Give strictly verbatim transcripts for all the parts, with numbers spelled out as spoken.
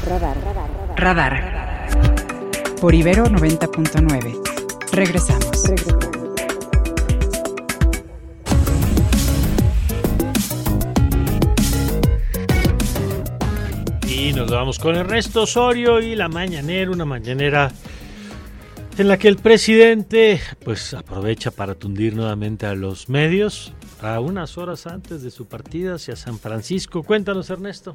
Radar. Radar. Radar. Por Ibero noventa punto nueve. Regresamos. Regresamos. Y nos vamos con Ernesto Osorio y la mañanera, una mañanera en la que el presidente pues aprovecha para tundir nuevamente a los medios a unas horas antes de su partida hacia San Francisco. Cuéntanos, Ernesto.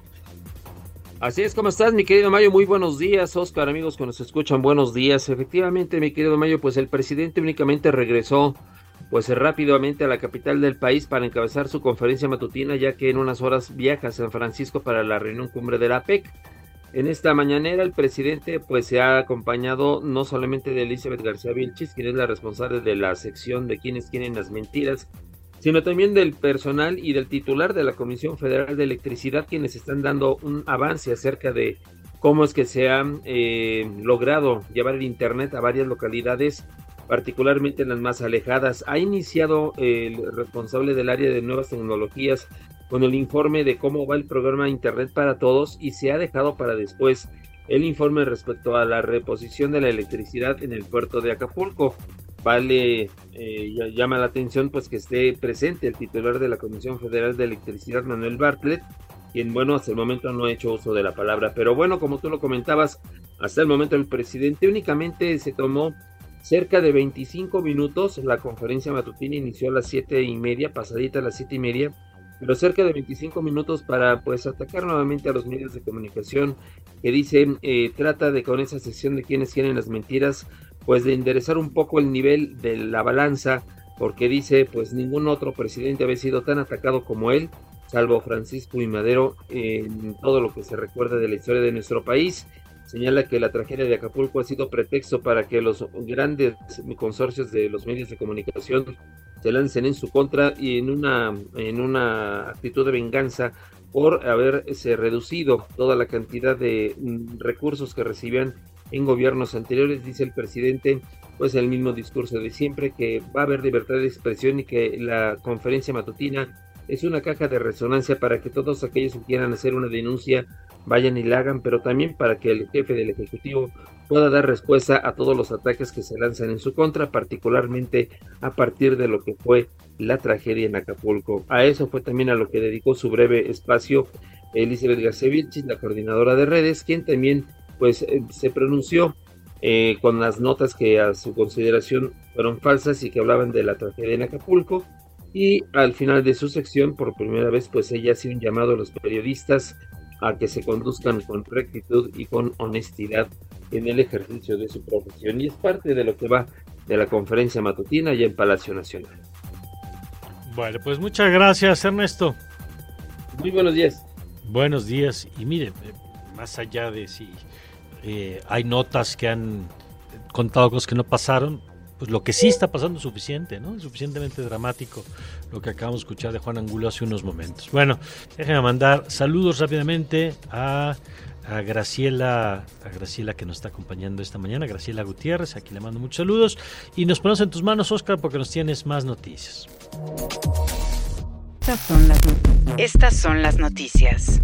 Así es, ¿cómo estás, mi querido Mayo? Muy buenos días, Oscar, amigos que nos escuchan, buenos días. Efectivamente, mi querido Mayo, pues el presidente únicamente regresó pues rápidamente a la capital del país para encabezar su conferencia matutina, ya que en unas horas viaja a San Francisco para la reunión cumbre de la A P E C. En esta mañanera el presidente pues se ha acompañado no solamente de Elizabeth García Vilchis, quien es la responsable de la sección de quienes quieren las mentiras, sino también del personal y del titular de la Comisión Federal de Electricidad, quienes están dando un avance acerca de cómo es que se ha eh, logrado llevar el internet a varias localidades, particularmente en las más alejadas. Ha iniciado el responsable del área de nuevas tecnologías con el informe de cómo va el programa Internet para Todos, y se ha dejado para después el informe respecto a la reposición de la electricidad en el puerto de Acapulco. Vale, eh, llama la atención pues que esté presente el titular de la Comisión Federal de Electricidad, Manuel Bartlett, quien bueno, hasta el momento no ha hecho uso de la palabra, pero bueno, como tú lo comentabas, hasta el momento el presidente únicamente se tomó cerca de veinticinco minutos. La conferencia matutina inició a las siete y media, pasadita a las siete y media, pero cerca de veinticinco minutos para pues atacar nuevamente a los medios de comunicación, que dicen, eh, trata de con esa sección de quienes quieren las mentiras, pues de enderezar un poco el nivel de la balanza, porque dice, pues ningún otro presidente había sido tan atacado como él, salvo Francisco I. Madero, en todo lo que se recuerda de la historia de nuestro país. Señala que la tragedia de Acapulco ha sido pretexto para que los grandes consorcios de los medios de comunicación se lancen en su contra y en una, en una actitud de venganza por haberse reducido toda la cantidad de recursos que recibían en gobiernos anteriores. Dice el presidente, pues el mismo discurso de siempre, que va a haber libertad de expresión y que la conferencia matutina es una caja de resonancia para que todos aquellos que quieran hacer una denuncia vayan y la hagan, pero también para que el jefe del Ejecutivo pueda dar respuesta a todos los ataques que se lanzan en su contra, particularmente a partir de lo que fue la tragedia en Acapulco. A eso fue también a lo que dedicó su breve espacio Elizabeth García Vilchis, la coordinadora de redes, quien también pues eh, se pronunció eh, con las notas que a su consideración fueron falsas y que hablaban de la tragedia en Acapulco. Y al final de su sección, por primera vez, pues ella hace un llamado a los periodistas a que se conduzcan con rectitud y con honestidad en el ejercicio de su profesión, y es parte de lo que va de la conferencia matutina allá en Palacio Nacional. Bueno, pues muchas gracias, Ernesto. Muy buenos días. Buenos días, y mire, más allá de si eh, hay notas que han contado cosas que no pasaron, pues lo que sí está pasando es suficiente, ¿no? Es suficientemente dramático lo que acabamos de escuchar de Juan Angulo hace unos momentos. Bueno, déjenme mandar saludos rápidamente a, a Graciela, a Graciela que nos está acompañando esta mañana, Graciela Gutiérrez, aquí le mando muchos saludos, y nos ponemos en tus manos, Oscar, porque nos tienes más noticias. Estas son las, Estas son las noticias.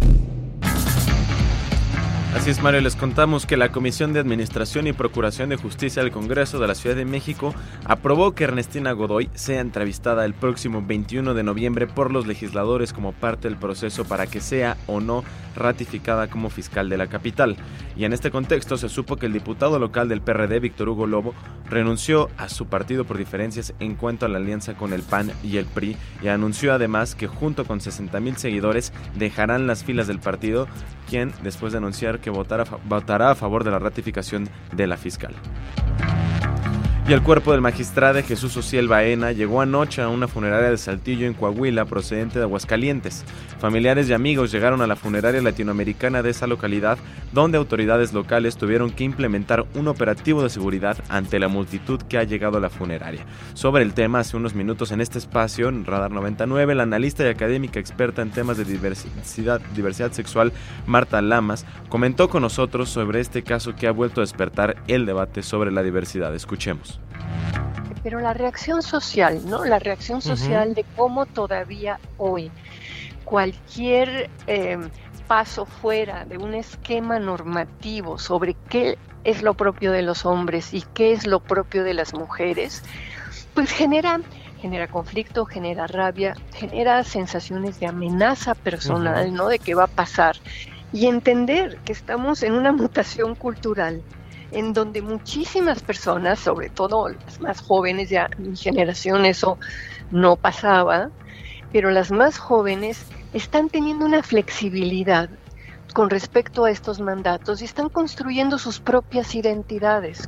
Así es, Mario, les contamos que la Comisión de Administración y Procuración de Justicia del Congreso de la Ciudad de México aprobó que Ernestina Godoy sea entrevistada el próximo veintiuno de noviembre por los legisladores como parte del proceso para que sea o no ratificada como fiscal de la capital. Y en este contexto se supo que el diputado local del P R D, Víctor Hugo Lobo, renunció a su partido por diferencias en cuanto a la alianza con el P A N y el P R I, y anunció además que junto con sesenta mil seguidores dejarán las filas del partido, quien después de anunciar que votará, votará a favor de la ratificación de la fiscal. Y el cuerpo del magistrado Jesús Ociel Baena llegó anoche a una funeraria de Saltillo, en Coahuila, procedente de Aguascalientes. Familiares y amigos llegaron a la funeraria latinoamericana de esa localidad, donde autoridades locales tuvieron que implementar un operativo de seguridad ante la multitud que ha llegado a la funeraria. Sobre el tema, hace unos minutos en este espacio, en Radar noventa y nueve, la analista y académica experta en temas de diversidad, diversidad sexual, Marta Lamas, comentó con nosotros sobre este caso que ha vuelto a despertar el debate sobre la diversidad. Escuchemos. Pero la reacción social, ¿no? La reacción social uh-huh. de cómo todavía hoy cualquier eh, paso fuera de un esquema normativo sobre qué es lo propio de los hombres y qué es lo propio de las mujeres, pues genera, genera conflicto, genera rabia, genera sensaciones de amenaza personal, uh-huh. ¿no? De qué va a pasar. Y entender que estamos en una mutación cultural en donde muchísimas personas, sobre todo las más jóvenes, ya en mi generación eso no pasaba, pero las más jóvenes están teniendo una flexibilidad con respecto a estos mandatos y están construyendo sus propias identidades.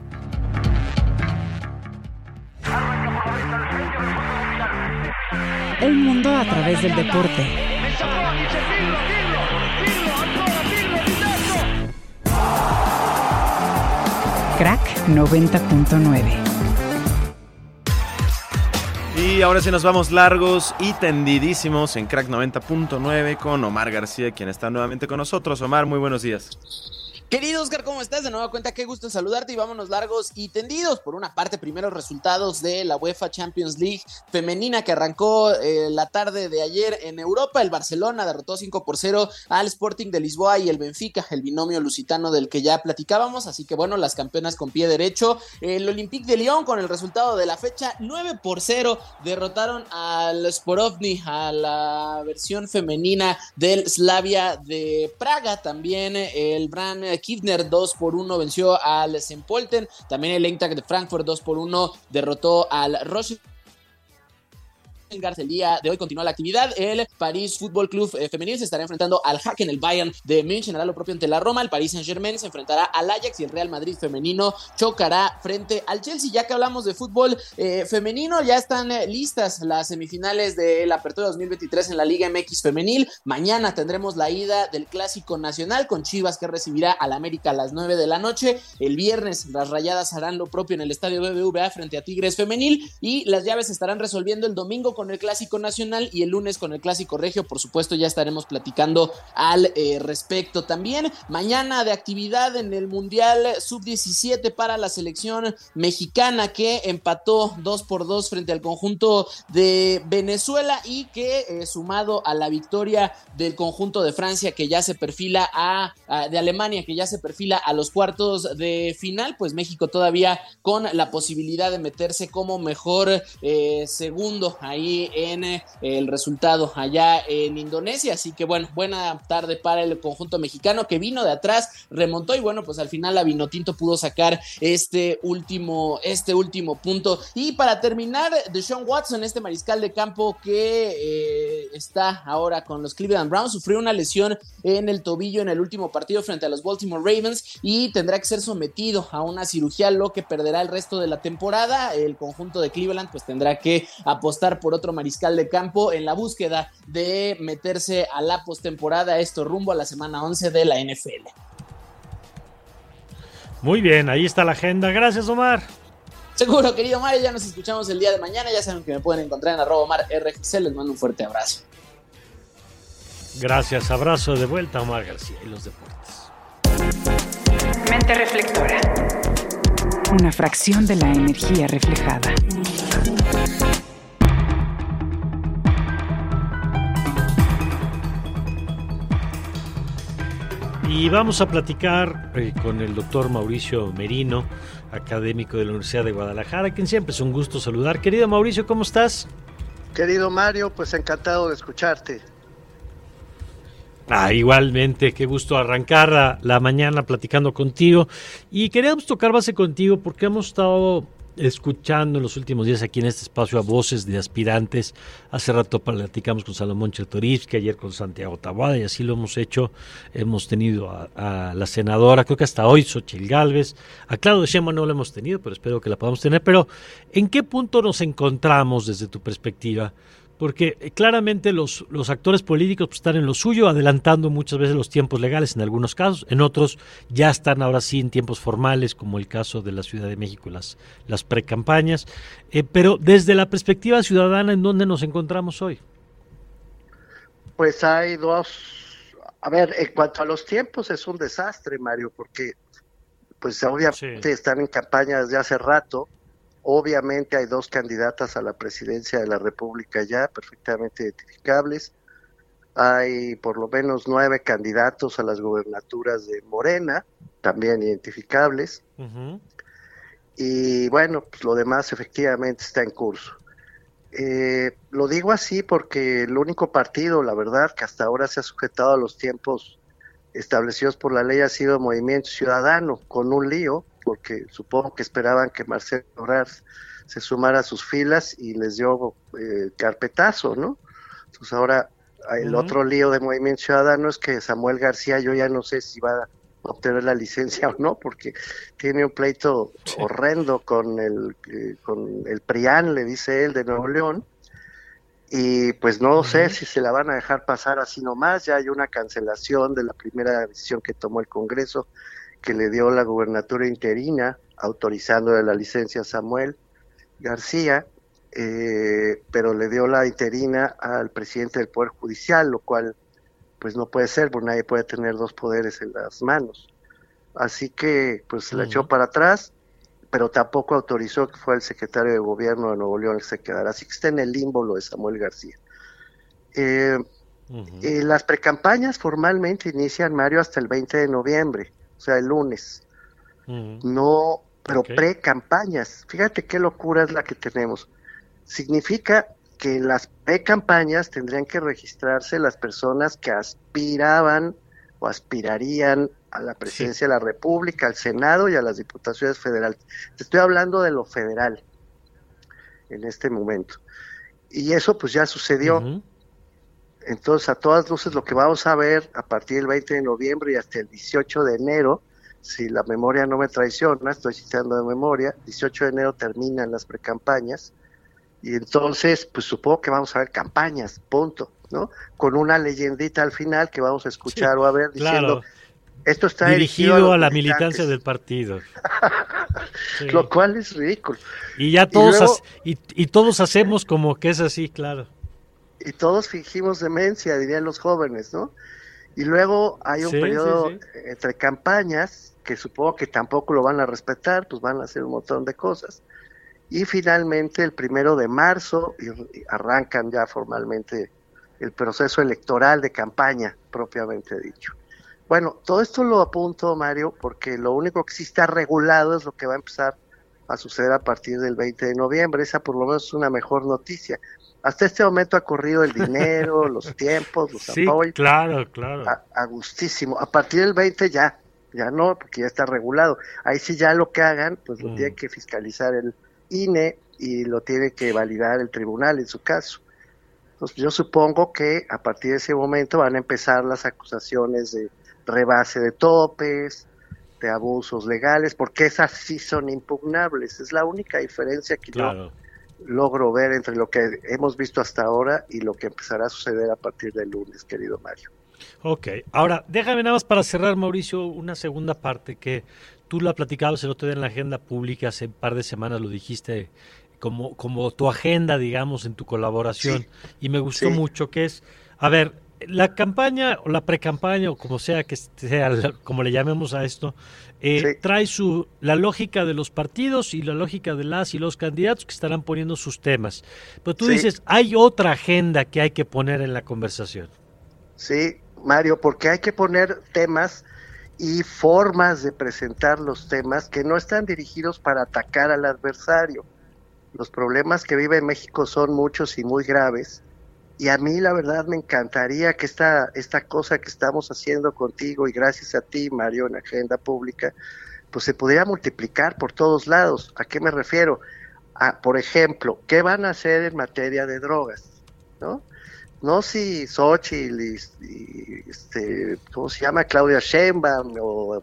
El mundo a través del deporte. Crack noventa punto nueve. Y ahora sí nos vamos largos y tendidísimos en Crack noventa punto nueve con Omar García, quien está nuevamente con nosotros. Omar, muy buenos días. Querido Oscar, ¿cómo estás? De nueva cuenta, qué gusto saludarte y vámonos largos y tendidos. Por una parte, primeros resultados de la UEFA Champions League femenina que arrancó eh, la tarde de ayer en Europa. El Barcelona derrotó cinco por cero al Sporting de Lisboa y el Benfica, el binomio lusitano del que ya platicábamos. Así que bueno, las campeonas con pie derecho. El Olympique de Lyon con el resultado de la fecha, nueve por cero, derrotaron al Sporovny, a la versión femenina del Slavia de Praga. También el Brann Kivner dos por uno venció al Sempolten. También el Eintracht de Frankfurt dos por uno derrotó al Roche. El día de hoy continúa la actividad. El París Fútbol Club eh, femenil se estará enfrentando al Hacken, el Bayern de München, hará lo propio ante la Roma. El Paris Saint-Germain se enfrentará al Ajax y el Real Madrid femenino chocará frente al Chelsea. Ya que hablamos de fútbol eh, femenino, ya están eh, listas las semifinales de la Apertura dos mil veintitrés en la Liga M X femenil. Mañana tendremos la ida del Clásico Nacional con Chivas, que recibirá al América a las nueve de la noche. El viernes las Rayadas harán lo propio en el Estadio B B V A frente a Tigres femenil y las llaves se estarán resolviendo el domingo con con el Clásico Nacional y el lunes con el Clásico Regio. Por supuesto, ya estaremos platicando al eh, respecto. También mañana de actividad en el Mundial sub diecisiete para la selección mexicana, que empató dos por dos frente al conjunto de Venezuela y que eh, sumado a la victoria del conjunto de Francia, que ya se perfila a, a de Alemania, que ya se perfila a los cuartos de final, pues México todavía con la posibilidad de meterse como mejor eh, segundo ahí en eh, el resultado allá en Indonesia. Así que bueno, buena tarde para el conjunto mexicano, que vino de atrás, remontó y bueno, pues al final la Vinotinto pudo sacar este último, este último punto. Y para terminar, Deshaun Watson, este mariscal de campo que eh, está ahora con los Cleveland Browns, sufrió una lesión en el tobillo en el último partido frente a los Baltimore Ravens y tendrá que ser sometido a una cirugía, lo que perderá el resto de la temporada. El conjunto de Cleveland pues tendrá que apostar por otro mariscal de campo en la búsqueda de meterse a la postemporada, esto rumbo a la semana once de la N F L. Muy bien, ahí está la agenda. Gracias, Omar. Seguro, querido Mario, ya nos escuchamos el día de mañana. Ya saben que me pueden encontrar en arroba Omar R G C. Les mando un fuerte abrazo. Gracias, abrazo de vuelta, Omar García y los deportes. Mente reflectora. Una fracción de la energía reflejada. Y vamos a platicar eh, con el doctor Mauricio Merino, académico de la Universidad de Guadalajara, quien siempre es un gusto saludar. Querido Mauricio, ¿cómo estás? Querido Mario, pues encantado de escucharte. Ah, igualmente, qué gusto arrancar la, la mañana platicando contigo. Y queríamos tocar base contigo porque hemos estado escuchando en los últimos días aquí en este espacio a voces de aspirantes. Hace rato platicamos con Salomón Chertorivsky, ayer con Santiago Taboada, y así lo hemos hecho. Hemos tenido a, a la senadora, creo que hasta hoy, Xochitl Gálvez. A Claudio Sheinbaum no lo hemos tenido, pero espero que la podamos tener. Pero, ¿en qué punto nos encontramos desde tu perspectiva? Porque eh, claramente los, los actores políticos pues, están en lo suyo, adelantando muchas veces los tiempos legales en algunos casos, en otros ya están ahora sí en tiempos formales, como el caso de la Ciudad de México, las, las precampañas. Eh, pero desde la perspectiva ciudadana, ¿en dónde nos encontramos hoy? Pues hay dos, a ver, en cuanto a los tiempos es un desastre, Mario, porque pues obviamente sí. Están en campaña desde hace rato. Obviamente hay dos candidatas a la presidencia de la República ya perfectamente identificables. hay por lo menos nueve candidatos a las gubernaturas de Morena, también identificables, uh-huh. y bueno, pues lo demás efectivamente está en curso. Eh, lo digo así porque el único partido, la verdad, que hasta ahora se ha sujetado a los tiempos establecidos por la ley ha sido Movimiento Ciudadano, con un lío, porque supongo que esperaban que Marcelo Ebrard se sumara a sus filas y les dio eh, carpetazo, ¿no? Entonces ahora el uh-huh. otro lío de Movimiento Ciudadano es que Samuel García, yo ya no sé si va a obtener la licencia o no, porque tiene un pleito sí. horrendo con el eh, con el PRIAN, le dice él, de Nuevo León, y pues no uh-huh. sé si se la van a dejar pasar así nomás. Ya hay una cancelación de la primera decisión que tomó el Congreso, que le dio la gubernatura interina, autorizando la licencia a Samuel García, eh, pero le dio la interina al presidente del Poder Judicial, lo cual pues no puede ser, porque nadie puede tener dos poderes en las manos. Así que pues se la uh-huh. echó para atrás, pero tampoco autorizó que fue el secretario de Gobierno de Nuevo León el que se quedara. Así que está en el limbo lo de Samuel García. Eh, uh-huh. eh, las precampañas formalmente inician, Mario, hasta el veinte de noviembre, o sea, el lunes. Uh-huh. No, pero okay. pre-campañas. Fíjate qué locura es la que tenemos. Significa que en las pre-campañas tendrían que registrarse las personas que aspiraban o aspirarían a la presidencia sí. de la República, al Senado y a las diputaciones federales. Te estoy hablando de lo federal en este momento. Y eso pues ya sucedió. Uh-huh. Entonces, a todas luces, lo que vamos a ver a partir del veinte de noviembre y hasta el dieciocho de enero, si la memoria no me traiciona, estoy citando de memoria, dieciocho de enero terminan las precampañas, y entonces, pues supongo que vamos a ver campañas, punto, ¿no? Con una leyendita al final que vamos a escuchar sí, o a ver diciendo, claro. esto está dirigido a, a la militantes. militancia del partido. Sí. Lo cual es ridículo. Y ya todos, y, luego, y, y todos hacemos como que es así, claro. Y todos fingimos demencia, dirían los jóvenes, ¿no? Y luego hay un sí, periodo sí, sí. entre campañas, que supongo que tampoco lo van a respetar, pues van a hacer un montón de cosas. Y finalmente el primero de marzo y arrancan ya formalmente el proceso electoral de campaña, propiamente dicho. Bueno, todo esto lo apunto, Mario, porque lo único que sí está regulado es lo que va a empezar a suceder a partir del veinte de noviembre. Esa por lo menos es una mejor noticia. Hasta este momento ha corrido el dinero, los tiempos, los sí, apoyos. claro, claro. A, a gustísimo. A partir del veinte ya, ya no, porque ya está regulado. Ahí sí ya lo que hagan, pues lo mm. tiene que fiscalizar el I N E y lo tiene que validar el tribunal en su caso. Entonces yo supongo que a partir de ese momento van a empezar las acusaciones de rebase de topes, de abusos legales, porque esas sí son impugnables. Es la única diferencia que claro. yo logro ver entre lo que hemos visto hasta ahora y lo que empezará a suceder a partir del lunes, querido Mario. Ok, ahora déjame nada más para cerrar, Mauricio, una segunda parte que tú la platicabas el otro día en la agenda pública, hace un par de semanas lo dijiste como, como tu agenda, digamos, en tu colaboración, sí. y me gustó sí. mucho, que es, a ver, la campaña o la precampaña o como sea que sea, como le llamemos a esto, eh, sí. trae su la lógica de los partidos y la lógica de las y los candidatos que estarán poniendo sus temas. Pero tú sí. dices, hay otra agenda que hay que poner en la conversación. Sí, Mario, porque hay que poner temas y formas de presentar los temas que no están dirigidos para atacar al adversario. Los problemas que vive México son muchos y muy graves. Y a mí la verdad me encantaría que esta, esta cosa que estamos haciendo contigo y gracias a ti, Mario, en Agenda Pública, pues se pudiera multiplicar por todos lados. ¿A qué me refiero? A, por ejemplo, ¿qué van a hacer en materia de drogas? ¿No? No si Xochitl y, y este, ¿cómo se llama? Claudia Sheinbaum o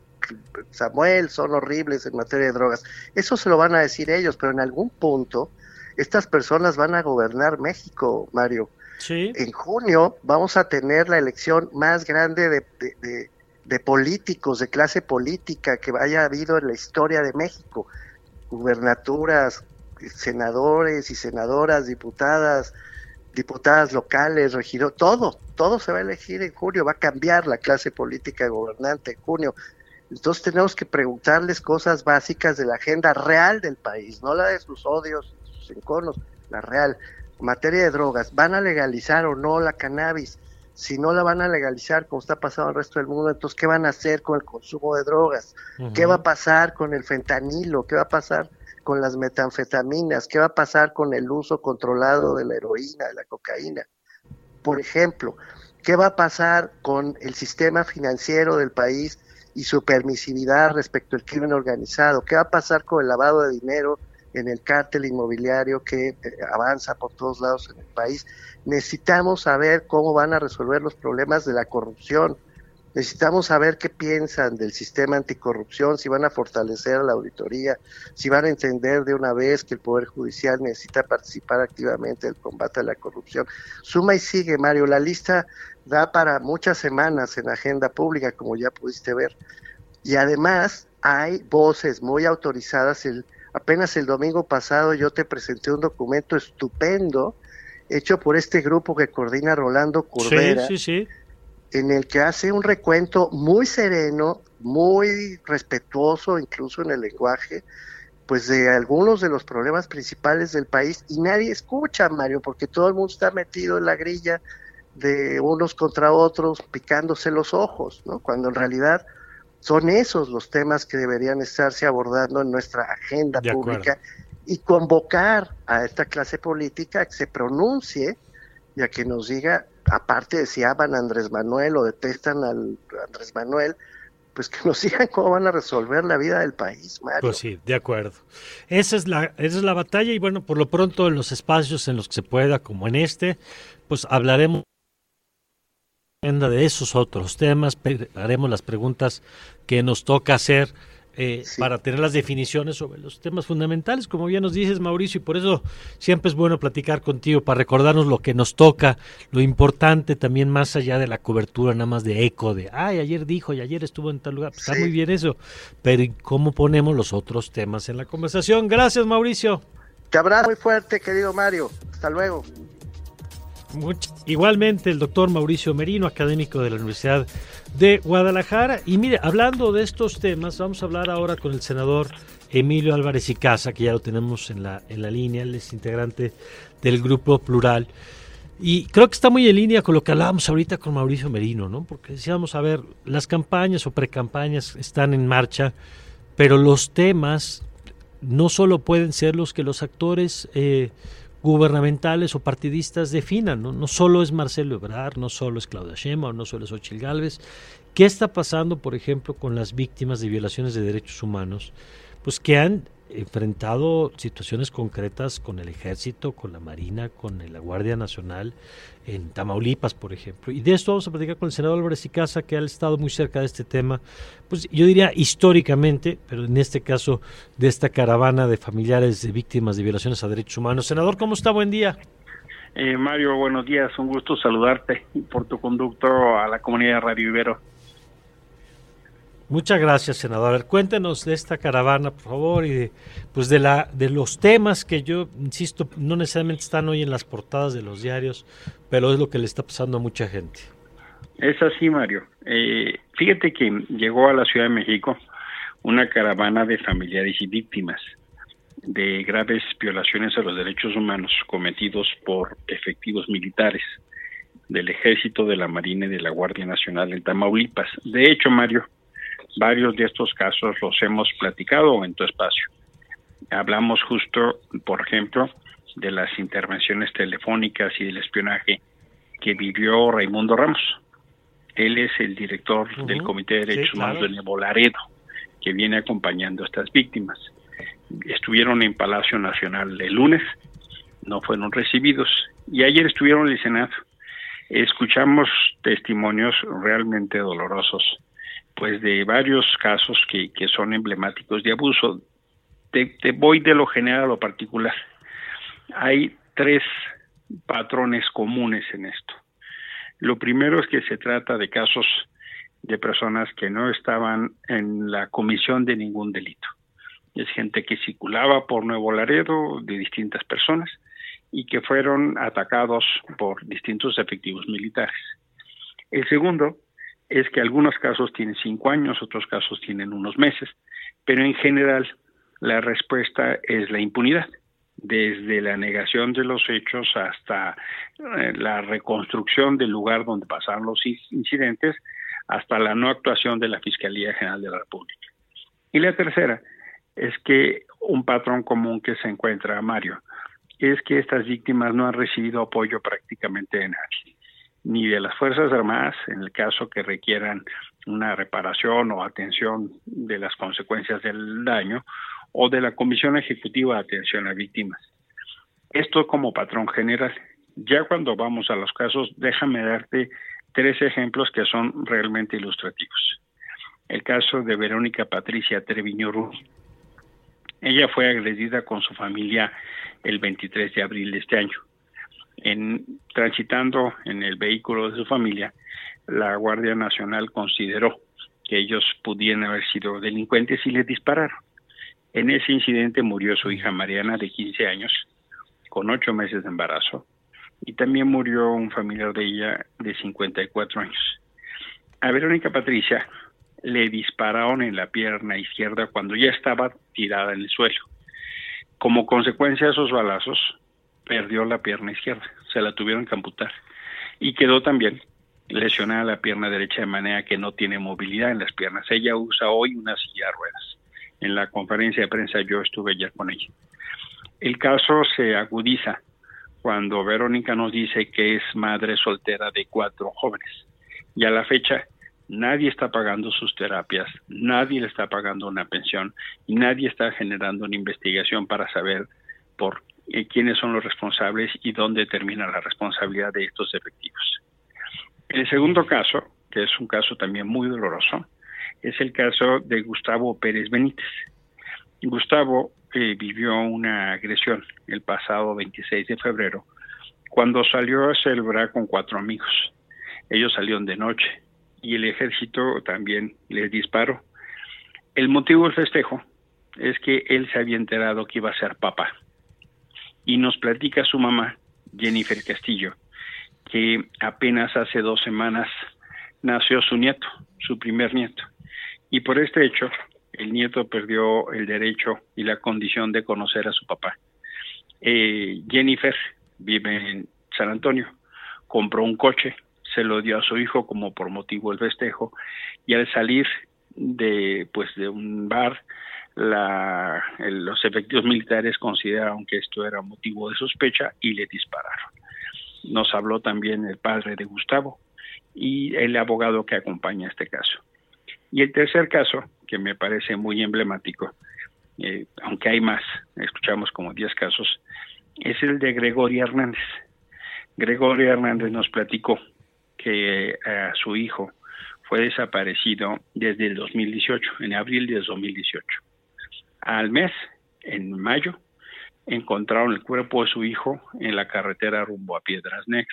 Samuel son horribles en materia de drogas. Eso se lo van a decir ellos, pero en algún punto estas personas van a gobernar México, Mario. Sí. En junio vamos a tener la elección más grande de, de, de, de políticos, de clase política que haya habido en la historia de México. Gubernaturas, senadores y senadoras, diputadas, diputadas locales, regidores, todo, todo se va a elegir en junio, va a cambiar la clase política de gobernante en junio. Entonces tenemos que preguntarles cosas básicas de la agenda real del país, no la de sus odios, sus enconos, la real. En materia de drogas, ¿van a legalizar o no la cannabis? Si no la van a legalizar, como está pasando en el resto del mundo, entonces, ¿qué van a hacer con el consumo de drogas? Uh-huh. ¿Qué va a pasar con el fentanilo? ¿Qué va a pasar con las metanfetaminas? ¿Qué va a pasar con el uso controlado de la heroína, de la cocaína? Por ejemplo, ¿qué va a pasar con el sistema financiero del país y su permisividad respecto al crimen organizado? ¿Qué va a pasar con el lavado de dinero en el cártel inmobiliario que eh, avanza por todos lados en el país? Necesitamos saber cómo van a resolver los problemas de la corrupción. Necesitamos saber qué piensan del sistema anticorrupción, si van a fortalecer a la auditoría, si van a entender de una vez que el Poder Judicial necesita participar activamente del combate a la corrupción. Suma y sigue, Mario, la lista da para muchas semanas en agenda pública, como ya pudiste ver. Y además hay voces muy autorizadas. El, apenas el domingo pasado yo te presenté un documento estupendo hecho por este grupo que coordina Rolando Corbera. Sí, sí, sí. En el que hace un recuento muy sereno, muy respetuoso, incluso en el lenguaje, pues de algunos de los problemas principales del país, y nadie escucha, Mario, porque todo el mundo está metido en la grilla de unos contra otros, picándose los ojos, ¿no? Cuando en realidad son esos los temas que deberían estarse abordando en nuestra agenda de pública, acuerdo. Y convocar a esta clase política a que se pronuncie y a que nos diga, aparte de si aman a Andrés Manuel o detestan al Andrés Manuel, pues que nos digan cómo van a resolver la vida del país, Mario. Pues sí, de acuerdo. Esa es la, esa es la batalla, y bueno, por lo pronto en los espacios en los que se pueda, como en este, pues hablaremos de esos otros temas, haremos las preguntas que nos toca hacer eh, sí. para tener las definiciones sobre los temas fundamentales, como bien nos dices, Mauricio, y por eso siempre es bueno platicar contigo, para recordarnos lo que nos toca, lo importante también, más allá de la cobertura nada más de eco, de, ay, ayer dijo y ayer estuvo en tal lugar, pues sí. Está muy bien eso, pero ¿y cómo ponemos los otros temas en la conversación? Gracias, Mauricio. Te abrazo muy fuerte, querido Mario, hasta luego. Much- Igualmente el doctor Mauricio Merino, académico de la Universidad de Guadalajara. Y mire, hablando de estos temas, vamos a hablar ahora con el senador Emilio Álvarez y Casa, que ya lo tenemos en la, en la línea, él es integrante del Grupo Plural. Y creo que está muy en línea con lo que hablábamos ahorita con Mauricio Merino, ¿no? Porque decíamos, a ver, las campañas o precampañas están en marcha, pero los temas no solo pueden ser los que los actores eh, gubernamentales o partidistas definan, ¿no? No solo es Marcelo Ebrard, no solo es Claudia Sheinbaum, no solo es Xochitl Gálvez. ¿Qué está pasando, por ejemplo, con las víctimas de violaciones de derechos humanos? Pues que han enfrentado situaciones concretas con el Ejército, con la Marina, con la Guardia Nacional, en Tamaulipas, por ejemplo. Y de esto vamos a platicar con el senador Álvarez y Casa, que ha estado muy cerca de este tema, pues yo diría históricamente, pero en este caso de esta caravana de familiares de víctimas de violaciones a derechos humanos. Senador, ¿cómo está? Buen día. Eh, Mario, buenos días, un gusto saludarte por tu conducto a la comunidad de Radio Ibero. Muchas gracias, senador. A ver, cuéntenos de esta caravana, por favor, y de, pues de la de los temas que yo, insisto, no necesariamente están hoy en las portadas de los diarios, pero es lo que le está pasando a mucha gente. Es así, Mario. Eh, fíjate que llegó a la Ciudad de México una caravana de familiares y víctimas de graves violaciones a los derechos humanos cometidos por efectivos militares del Ejército, de la Marina y de la Guardia Nacional en Tamaulipas. De hecho, Mario, varios de estos casos los hemos platicado en tu espacio. Hablamos justo, por ejemplo, de las intervenciones telefónicas y del espionaje que vivió Raimundo Ramos. Él es el director uh-huh. del Comité de Derechos sí, Humanos claro. de Nuevo Laredo, que viene acompañando a estas víctimas. Estuvieron en Palacio Nacional el lunes, no fueron recibidos, y ayer estuvieron en el Senado. Escuchamos testimonios realmente dolorosos, pues de varios casos que, que son emblemáticos de abuso. Te, te voy de lo general a lo particular. Hay tres patrones comunes en esto. Lo primero es que se trata de casos de personas que no estaban en la comisión de ningún delito. Es gente que circulaba por Nuevo Laredo, de distintas personas, y que fueron atacados por distintos efectivos militares. El segundo es que algunos casos tienen cinco años, otros casos tienen unos meses, pero en general la respuesta es la impunidad. desde la negación de los hechos hasta eh, la reconstrucción del lugar donde pasaron los incidentes, hasta la no actuación de la Fiscalía General de la República. Y la tercera es que un patrón común que se encuentra, Mario, es que estas víctimas no han recibido apoyo prácticamente de nadie, ni de las Fuerzas Armadas, en el caso que requieran una reparación o atención de las consecuencias del daño, o de la Comisión Ejecutiva de Atención a Víctimas. Esto como patrón general. Ya cuando vamos a los casos, déjame darte tres ejemplos que son realmente ilustrativos. El caso de Verónica Patricia Treviño Rubí. Ella fue agredida con su familia el veintitrés de abril de este año. En, transitando en el vehículo de su familia, la Guardia Nacional consideró que ellos pudieran haber sido delincuentes y les dispararon. En ese incidente murió su hija Mariana, de quince años, con ocho meses de embarazo, y también murió un familiar de ella de cincuenta y cuatro años. A Verónica Patricia le dispararon en la pierna izquierda cuando ya estaba tirada en el suelo. Como consecuencia de esos balazos, perdió la pierna izquierda, se la tuvieron que amputar, y quedó también lesionada la pierna derecha de manera que no tiene movilidad en las piernas. Ella usa hoy una silla de ruedas. En la conferencia de prensa yo estuve ya con ella. El caso se agudiza cuando Verónica nos dice que es madre soltera de cuatro jóvenes, y a la fecha nadie está pagando sus terapias, nadie le está pagando una pensión y nadie está generando una investigación para saber por eh, quiénes son los responsables y dónde termina la responsabilidad de estos efectivos. El segundo caso, que es un caso también muy doloroso, es el caso de Gustavo Pérez Benítez. Gustavo eh, vivió una agresión el pasado veintiséis de febrero cuando salió a celebrar con cuatro amigos. Ellos salieron de noche y el ejército también les disparó. El motivo del festejo es que él se había enterado que iba a ser papá. Y nos platica su mamá, Jennifer Castillo, que apenas hace dos semanas nació su nieto, su primer nieto. Y por este hecho, el nieto perdió el derecho y la condición de conocer a su papá. Eh, Jennifer vive en San Antonio, compró un coche, se lo dio a su hijo como por motivo del festejo, y al salir de pues de un bar, la, el, los efectivos militares consideraron que esto era motivo de sospecha y le dispararon. Nos habló también el padre de Gustavo y el abogado que acompaña este caso. Y el tercer caso, que me parece muy emblemático, eh, aunque hay más, escuchamos como diez casos, es el de Gregoria Hernández. Gregoria Hernández nos platicó que uh, su hijo fue desaparecido desde el dos mil dieciocho, en abril de dos mil dieciocho. Al mes, en mayo, encontraron el cuerpo de su hijo en la carretera rumbo a Piedras Negras.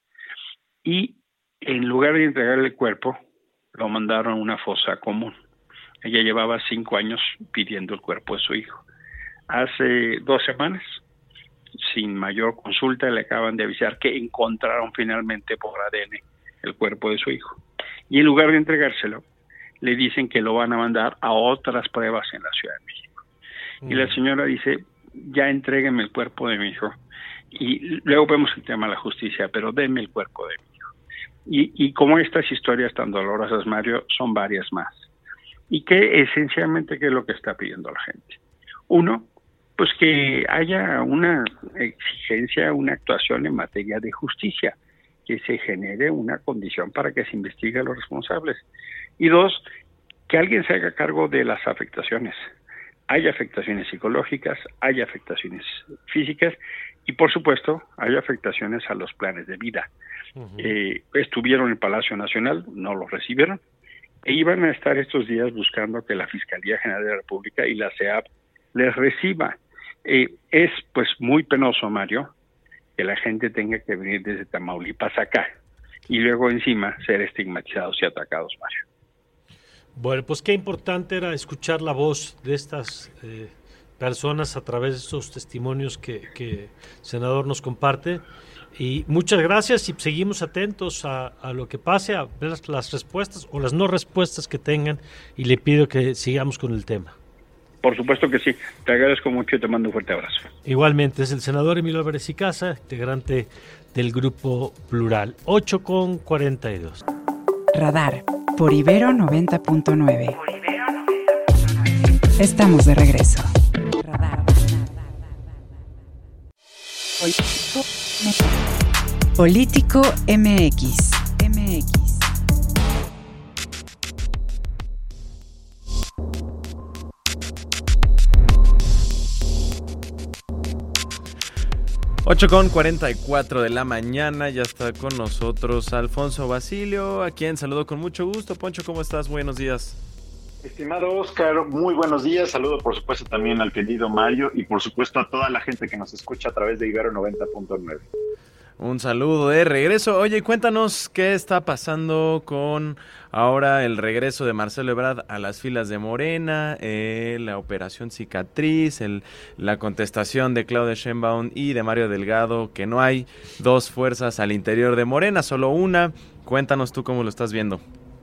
Y en lugar de entregarle el cuerpo, lo mandaron a una fosa común. Ella llevaba cinco años pidiendo el cuerpo de su hijo. Hace dos semanas, sin mayor consulta, le acaban de avisar que encontraron finalmente por A D N el cuerpo de su hijo. Y en lugar de entregárselo, le dicen que lo van a mandar a otras pruebas en la Ciudad de México. Mm. Y la señora dice, ya entréguenme el cuerpo de mi hijo. Y luego vemos el tema de la justicia, pero denme el cuerpo de mi hijo. Y, y como estas historias tan dolorosas, Mario, son varias más. Y que esencialmente, ¿qué es lo que está pidiendo la gente? Uno, pues que haya una exigencia, una actuación en materia de justicia, que se genere una condición para que se investigue a los responsables. Y dos, que alguien se haga cargo de las afectaciones. Hay afectaciones psicológicas, hay afectaciones físicas y, por supuesto, hay afectaciones a los planes de vida. Uh-huh. Eh, estuvieron en el Palacio Nacional, no los recibieron, e iban a estar estos días buscando que la Fiscalía General de la República y la C E A P les reciba. Eh, es pues muy penoso, Mario, que la gente tenga que venir desde Tamaulipas acá y luego encima ser estigmatizados y atacados, Mario. Bueno, pues qué importante era escuchar la voz de estas eh, personas a través de estos testimonios que, que el senador nos comparte. Y muchas gracias y seguimos atentos a, a lo que pase, a ver las respuestas o las no respuestas que tengan, y le pido que sigamos con el tema. Por supuesto que sí. Te agradezco mucho y te mando un fuerte abrazo. Igualmente, es el senador Emilio Álvarez y Casa, integrante del Grupo Plural. ocho con cuarenta y dos. Radar por Ibero noventa punto nueve. Estamos de regreso. Radar. Político M X. M X. ocho con cuarenta y cuatro de la mañana, ya está con nosotros Alfonso Basilio, a quien saludo con mucho gusto. Poncho, ¿cómo estás? Buenos días. Estimado Oscar, muy buenos días. Saludo por supuesto también al querido Mario y por supuesto a toda la gente que nos escucha a través de Ibero noventa punto nueve. Un saludo de regreso. Oye, cuéntanos qué está pasando con ahora el regreso de Marcelo Ebrard a las filas de Morena, eh, la operación cicatriz, el, la contestación de Claudia Sheinbaum y de Mario Delgado, que no hay dos fuerzas al interior de Morena, solo una. Cuéntanos tú cómo lo estás viendo.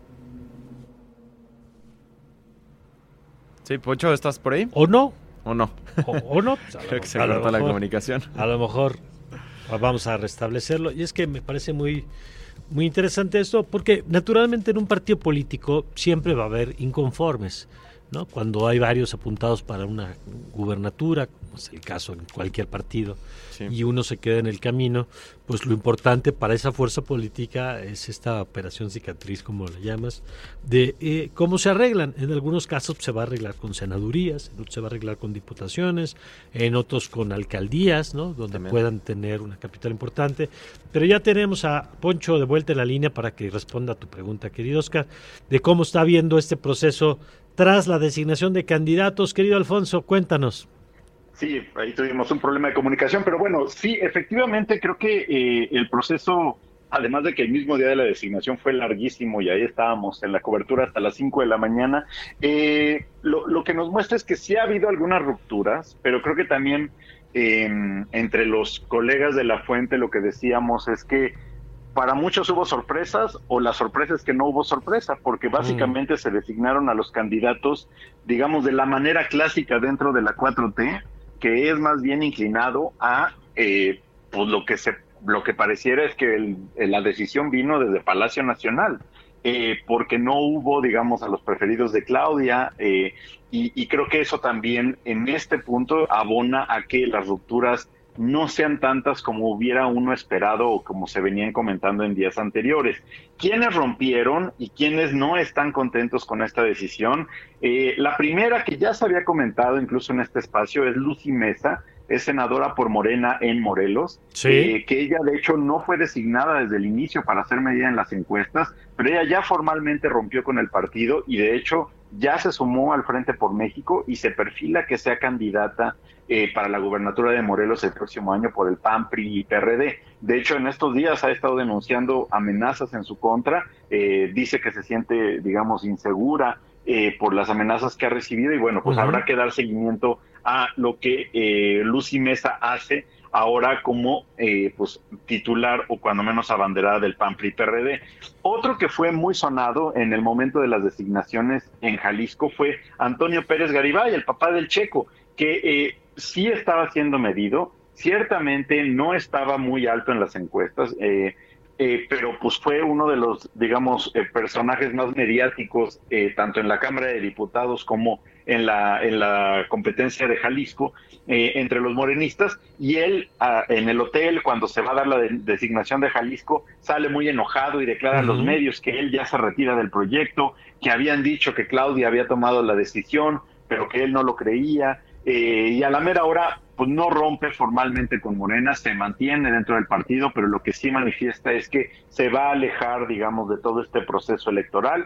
Sí, Pocho, ¿estás por ahí? ¿O no? ¿O no? ¿O, o no? Pues Creo que se cortó la comunicación. A lo mejor vamos a restablecerlo. Y es que me parece muy, muy interesante esto, porque naturalmente en un partido político siempre va a haber inconformes, ¿no? Cuando hay varios apuntados para una gubernatura, como es el caso en cualquier partido, sí, y uno se queda en el camino, pues lo importante para esa fuerza política es esta operación cicatriz, como la llamas, de eh, cómo se arreglan. En algunos casos se va a arreglar con senadurías, en otros se va a arreglar con diputaciones, en otros con alcaldías, ¿no? Donde también puedan tener una capital importante. Pero ya tenemos a Poncho de vuelta en la línea para que responda a tu pregunta, querido Oscar, de cómo está viendo este proceso tras la designación de candidatos. Querido Alfonso, cuéntanos. Sí, ahí tuvimos un problema de comunicación, pero bueno, sí, efectivamente creo que eh, el proceso, además de que el mismo día de la designación fue larguísimo y ahí estábamos en la cobertura hasta las cinco de la mañana, eh, lo, lo que nos muestra es que sí ha habido algunas rupturas, pero creo que también eh, entre los colegas de la fuente lo que decíamos es que para muchos hubo sorpresas, o la sorpresa es que no hubo sorpresa, porque básicamente mm. se designaron a los candidatos, digamos, de la manera clásica dentro de la cuatro T, que es más bien inclinado a eh, pues lo que se lo que pareciera es que el, la decisión vino desde Palacio Nacional, eh, porque no hubo, digamos, a los preferidos de Claudia, eh, y, y creo que eso también en este punto abona a que las rupturas no sean tantas como hubiera uno esperado o como se venían comentando en días anteriores. ¿Quiénes rompieron y quiénes no están contentos con esta decisión? Eh, la primera, que ya se había comentado incluso en este espacio, es Lucy Mesa, es senadora por Morena en Morelos, sí. eh, que ella de hecho no fue designada desde el inicio para ser medida en las encuestas, pero ella ya formalmente rompió con el partido y de hecho ya se sumó al Frente por México y se perfila que sea candidata eh, para la gubernatura de Morelos el próximo año por el P A N, P R I y P R D. De hecho, en estos días ha estado denunciando amenazas en su contra, eh, dice que se siente, digamos, insegura eh, por las amenazas que ha recibido y bueno, pues uh-huh. habrá que dar seguimiento a lo que eh, Lucy Mesa hace ahora como eh, pues titular o cuando menos abanderada del P A N, P R I y P R D. Otro que fue muy sonado en el momento de las designaciones en Jalisco fue Antonio Pérez Garibay, el papá del Checo, que eh, sí estaba siendo medido, ciertamente no estaba muy alto en las encuestas, eh, eh, pero pues fue uno de los, digamos, eh, personajes más mediáticos, eh, tanto en la Cámara de Diputados como en la en la competencia de Jalisco, eh, entre los morenistas, y él ah, en el hotel, cuando se va a dar la de, designación de Jalisco, sale muy enojado y declara uh-huh. a los medios que él ya se retira del proyecto, que habían dicho que Claudia había tomado la decisión, pero que él no lo creía, eh, y a la mera hora pues no rompe formalmente con Morena, se mantiene dentro del partido, pero lo que sí manifiesta es que se va a alejar, digamos, de todo este proceso electoral.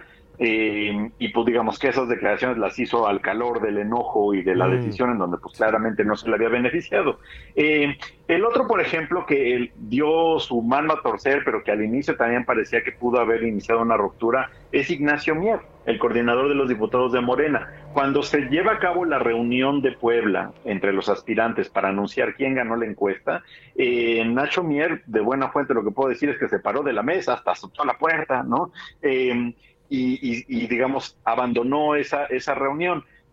Eh, y pues digamos que esas declaraciones las hizo al calor del enojo y de la mm. decisión en donde pues claramente no se le había beneficiado. Eh, el otro, por ejemplo, que él dio su mano a torcer, pero que al inicio también parecía que pudo haber iniciado una ruptura, es Ignacio Mier, el coordinador de los diputados de Morena. Cuando se lleva a cabo la reunión de Puebla entre los aspirantes para anunciar quién ganó la encuesta, eh, Nacho Mier, de buena fuente lo que puedo decir es que se paró de la mesa, hasta azotó la puerta, ¿no? Eh, Y, y, y digamos abandonó esa esa reunión,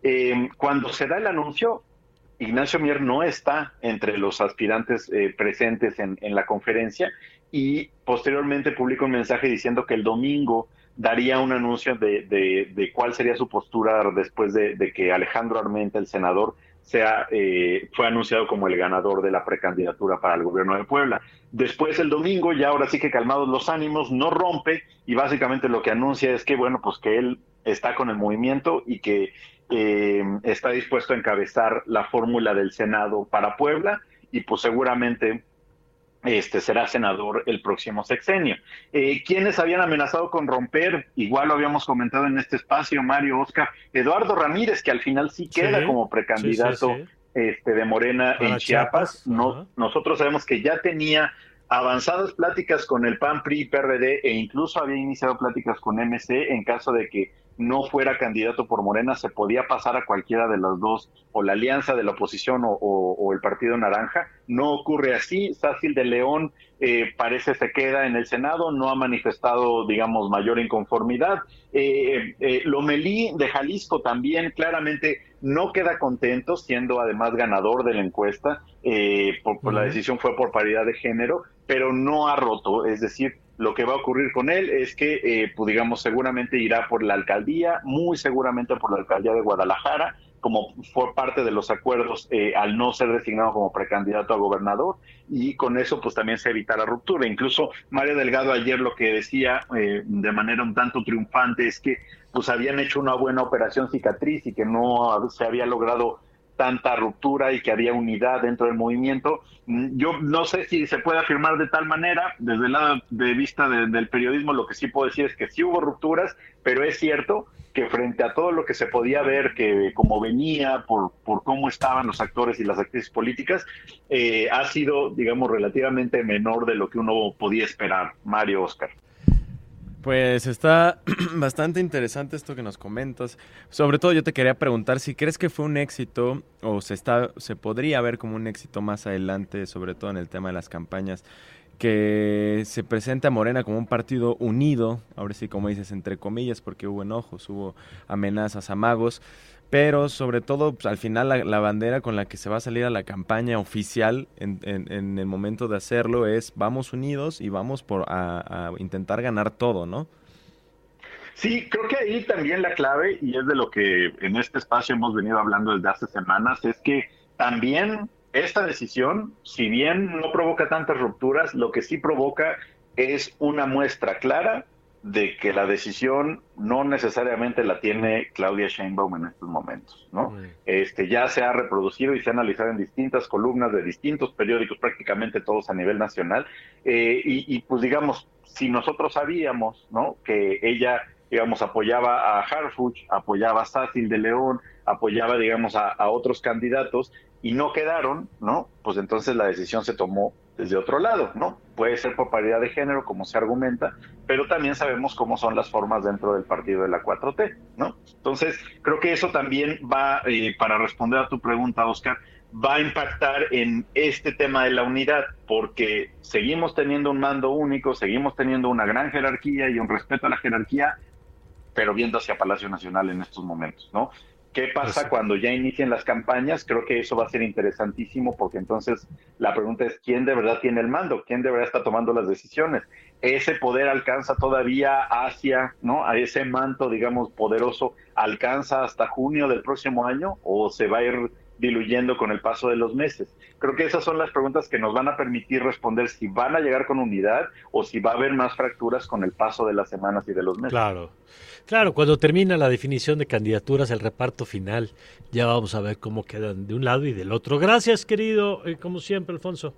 Eh, cuando se da el anuncio, Ignacio Mier no está entre los aspirantes eh, presentes en, en la conferencia y posteriormente publica un mensaje diciendo que el domingo daría un anuncio de, de, de cuál sería su postura después de, de que Alejandro Armenta, el senador, sea eh, fue anunciado como el ganador de la precandidatura para el gobierno de Puebla. Después el domingo, ya ahora sí que calmados los ánimos, no rompe y básicamente lo que anuncia es que, bueno, pues que él está con el movimiento y que eh, está dispuesto a encabezar la fórmula del Senado para Puebla y pues seguramente este será senador el próximo sexenio. Eh, ¿Quiénes habían amenazado con romper? Igual lo habíamos comentado en este espacio, Mario, Oscar, Eduardo Ramírez, que al final sí queda sí, como precandidato sí, sí, sí. Este, de Morena para en Chiapas. Chiapas. No, nosotros sabemos que ya tenía avanzadas pláticas con el P A N, P R I y P R D e incluso había iniciado pláticas con M C en caso de que no fuera candidato por Morena, se podía pasar a cualquiera de las dos, o la alianza de la oposición o, o, o el Partido Naranja. No ocurre así. Sácil de León eh, parece se queda en el Senado, no ha manifestado, digamos, mayor inconformidad. Eh, eh, Lomelí de Jalisco también claramente no queda contento, siendo además ganador de la encuesta, eh, por, por uh-huh. la decisión fue por paridad de género, pero no ha roto, es decir, lo que va a ocurrir con él es que, eh, pues digamos, seguramente irá por la alcaldía, muy seguramente por la alcaldía de Guadalajara, como fue parte de los acuerdos eh, al no ser designado como precandidato a gobernador, y con eso pues también se evita la ruptura. Incluso Mario Delgado ayer lo que decía eh, de manera un tanto triunfante es que pues habían hecho una buena operación cicatriz y que no se había logrado tanta ruptura y que había unidad dentro del movimiento. Yo no sé si se puede afirmar de tal manera, desde el lado de vista de, del periodismo, lo que sí puedo decir es que sí hubo rupturas, pero es cierto que frente a todo lo que se podía ver, que como venía, por, por cómo estaban los actores y las actrices políticas, eh, ha sido, digamos, relativamente menor de lo que uno podía esperar. Mario, Oscar. Pues está bastante interesante esto que nos comentas. Sobre todo yo te quería preguntar si crees que fue un éxito o se está se podría ver como un éxito más adelante, sobre todo en el tema de las campañas, que se presente a Morena como un partido unido, ahora sí como dices entre comillas, porque hubo enojos, hubo amenazas, amagos, pero sobre todo pues, al final la, la bandera con la que se va a salir a la campaña oficial en, en, en el momento de hacerlo es vamos unidos y vamos por a, a intentar ganar todo, ¿no? Sí, creo que ahí también la clave, y es de lo que en este espacio hemos venido hablando desde hace semanas, es que también esta decisión, si bien no provoca tantas rupturas, lo que sí provoca es una muestra clara de que la decisión no necesariamente la tiene Claudia Sheinbaum en estos momentos, ¿no? Mm. Este, ya se ha reproducido y se ha analizado en distintas columnas de distintos periódicos, prácticamente todos a nivel nacional, eh, y, y pues digamos, si nosotros sabíamos, ¿no?, que ella, digamos, apoyaba a Harfuch, apoyaba a Sácil de León, apoyaba, digamos, a, a otros candidatos, y no quedaron, ¿no? Pues entonces la decisión se tomó desde otro lado, ¿no? Puede ser por paridad de género, como se argumenta, pero también sabemos cómo son las formas dentro del partido de la cuatro T, ¿no? Entonces, creo que eso también va, eh, para responder a tu pregunta, Oscar, va a impactar en este tema de la unidad, porque seguimos teniendo un mando único, seguimos teniendo una gran jerarquía y un respeto a la jerarquía, pero viendo hacia Palacio Nacional en estos momentos, ¿no? ¿Qué pasa pues, cuando ya inicien las campañas? Creo que eso va a ser interesantísimo porque entonces la pregunta es ¿quién de verdad tiene el mando? ¿Quién de verdad está tomando las decisiones? ¿Ese poder alcanza todavía hacia, ¿no?, a ese manto, digamos, poderoso, alcanza hasta junio del próximo año o se va a ir diluyendo con el paso de los meses? Creo que esas son las preguntas que nos van a permitir responder si van a llegar con unidad o si va a haber más fracturas con el paso de las semanas y de los meses. Claro, claro, cuando termina la definición de candidaturas, el reparto final, ya vamos a ver cómo quedan de un lado y del otro. Gracias, querido, eh, como siempre, Alfonso.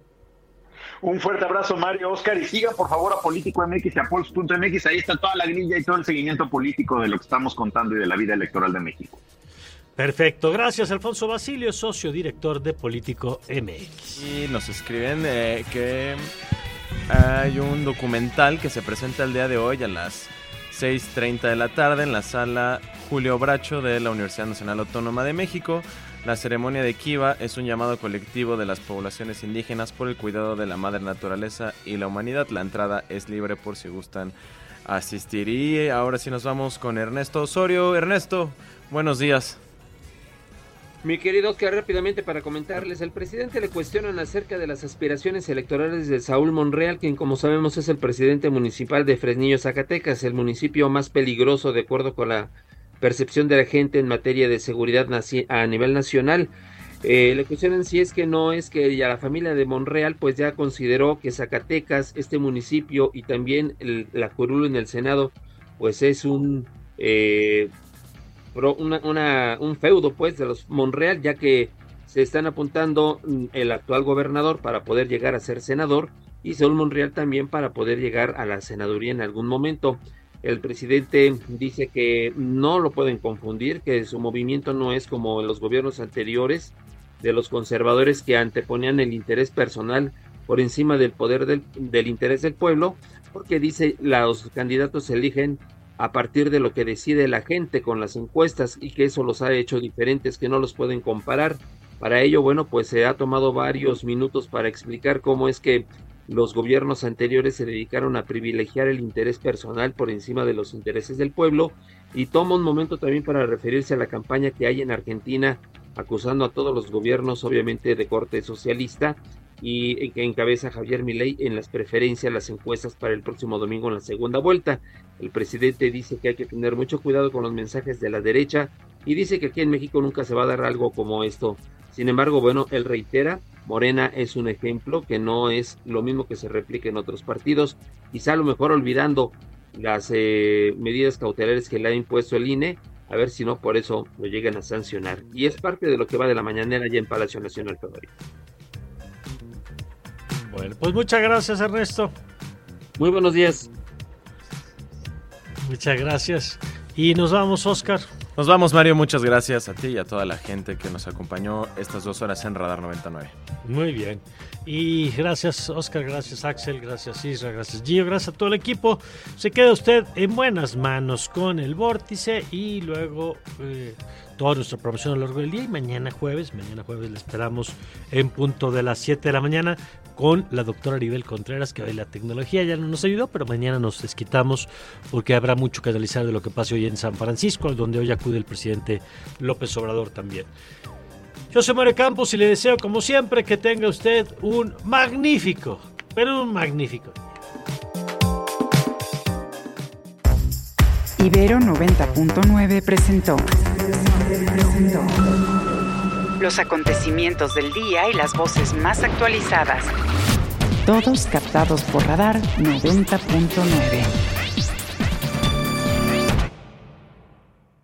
Un fuerte abrazo, Mario, Oscar, y sigan por favor a Político M X y a Pulse punto M X, ahí está toda la grilla y todo el seguimiento político de lo que estamos contando y de la vida electoral de México. Perfecto, gracias Alfonso Basilio, socio director de Político M X. Y nos escriben eh, que hay un documental que se presenta el día de hoy a las seis treinta de la tarde en la sala Julio Bracho de la Universidad Nacional Autónoma de México. La ceremonia de Kiva es un llamado colectivo de las poblaciones indígenas por el cuidado de la madre naturaleza y la humanidad. La entrada es libre por si gustan asistir. Y ahora sí nos vamos con Ernesto Osorio. Ernesto, buenos días. Mi querido Oscar, rápidamente para comentarles, el presidente le cuestionan acerca de las aspiraciones electorales de Saúl Monreal, quien como sabemos es el presidente municipal de Fresnillo, Zacatecas, el municipio más peligroso de acuerdo con la percepción de la gente en materia de seguridad a nivel nacional. Eh, le cuestionan si es que no es que ya la familia de Monreal pues ya consideró que Zacatecas, este municipio y también el, la curul en el Senado, pues es un... Eh, Una, una, un feudo pues de los Monreal, ya que se están apuntando el actual gobernador para poder llegar a ser senador y Saúl Monreal también para poder llegar a la senaduría en algún momento. El presidente dice que no lo pueden confundir, que su movimiento no es como en los gobiernos anteriores de los conservadores que anteponían el interés personal por encima del poder del, del interés del pueblo, porque dice los candidatos se eligen a partir de lo que decide la gente con las encuestas y que eso los ha hecho diferentes, que no los pueden comparar. Para ello, bueno, pues se ha tomado varios minutos para explicar cómo es que los gobiernos anteriores se dedicaron a privilegiar el interés personal por encima de los intereses del pueblo, y toma un momento también para referirse a la campaña que hay en Argentina acusando a todos los gobiernos, obviamente de corte socialista, y que encabeza Javier Milei en las preferencias, las encuestas para el próximo domingo en la segunda vuelta. El presidente dice que hay que tener mucho cuidado con los mensajes de la derecha y dice que aquí en México nunca se va a dar algo como esto. Sin embargo, bueno, él reitera, Morena es un ejemplo que no es lo mismo que se replica en otros partidos, quizá a lo mejor olvidando las eh, medidas cautelares que le ha impuesto el I N E, a ver si no por eso lo llegan a sancionar. Y es parte de lo que va de la mañanera ya en Palacio Nacional, Federico. Bueno, pues muchas gracias, Ernesto. Muy buenos días. Muchas gracias. Y nos vamos, Oscar. Nos vamos, Mario. Muchas gracias a ti y a toda la gente que nos acompañó estas dos horas en Radar noventa y nueve. Muy bien. Y gracias, Oscar. Gracias, Axel. Gracias, Isra. Gracias, Gio. Gracias a todo el equipo. Se queda usted en buenas manos con el Vórtice y luego eh, toda nuestra promoción a lo largo del día. Y mañana jueves, mañana jueves le esperamos en punto de las siete de la mañana con la doctora Aribel Contreras, que hoy la tecnología ya no nos ayudó, pero mañana nos desquitamos porque habrá mucho que analizar de lo que pasa hoy en San Francisco, donde hoy acude el presidente López Obrador también. Yo soy Mario Campos y le deseo, como siempre, que tenga usted un magnífico, pero un magnífico. Ibero noventa punto nueve presentó los acontecimientos del día y las voces más actualizadas. Todos captados por Radar noventa punto nueve.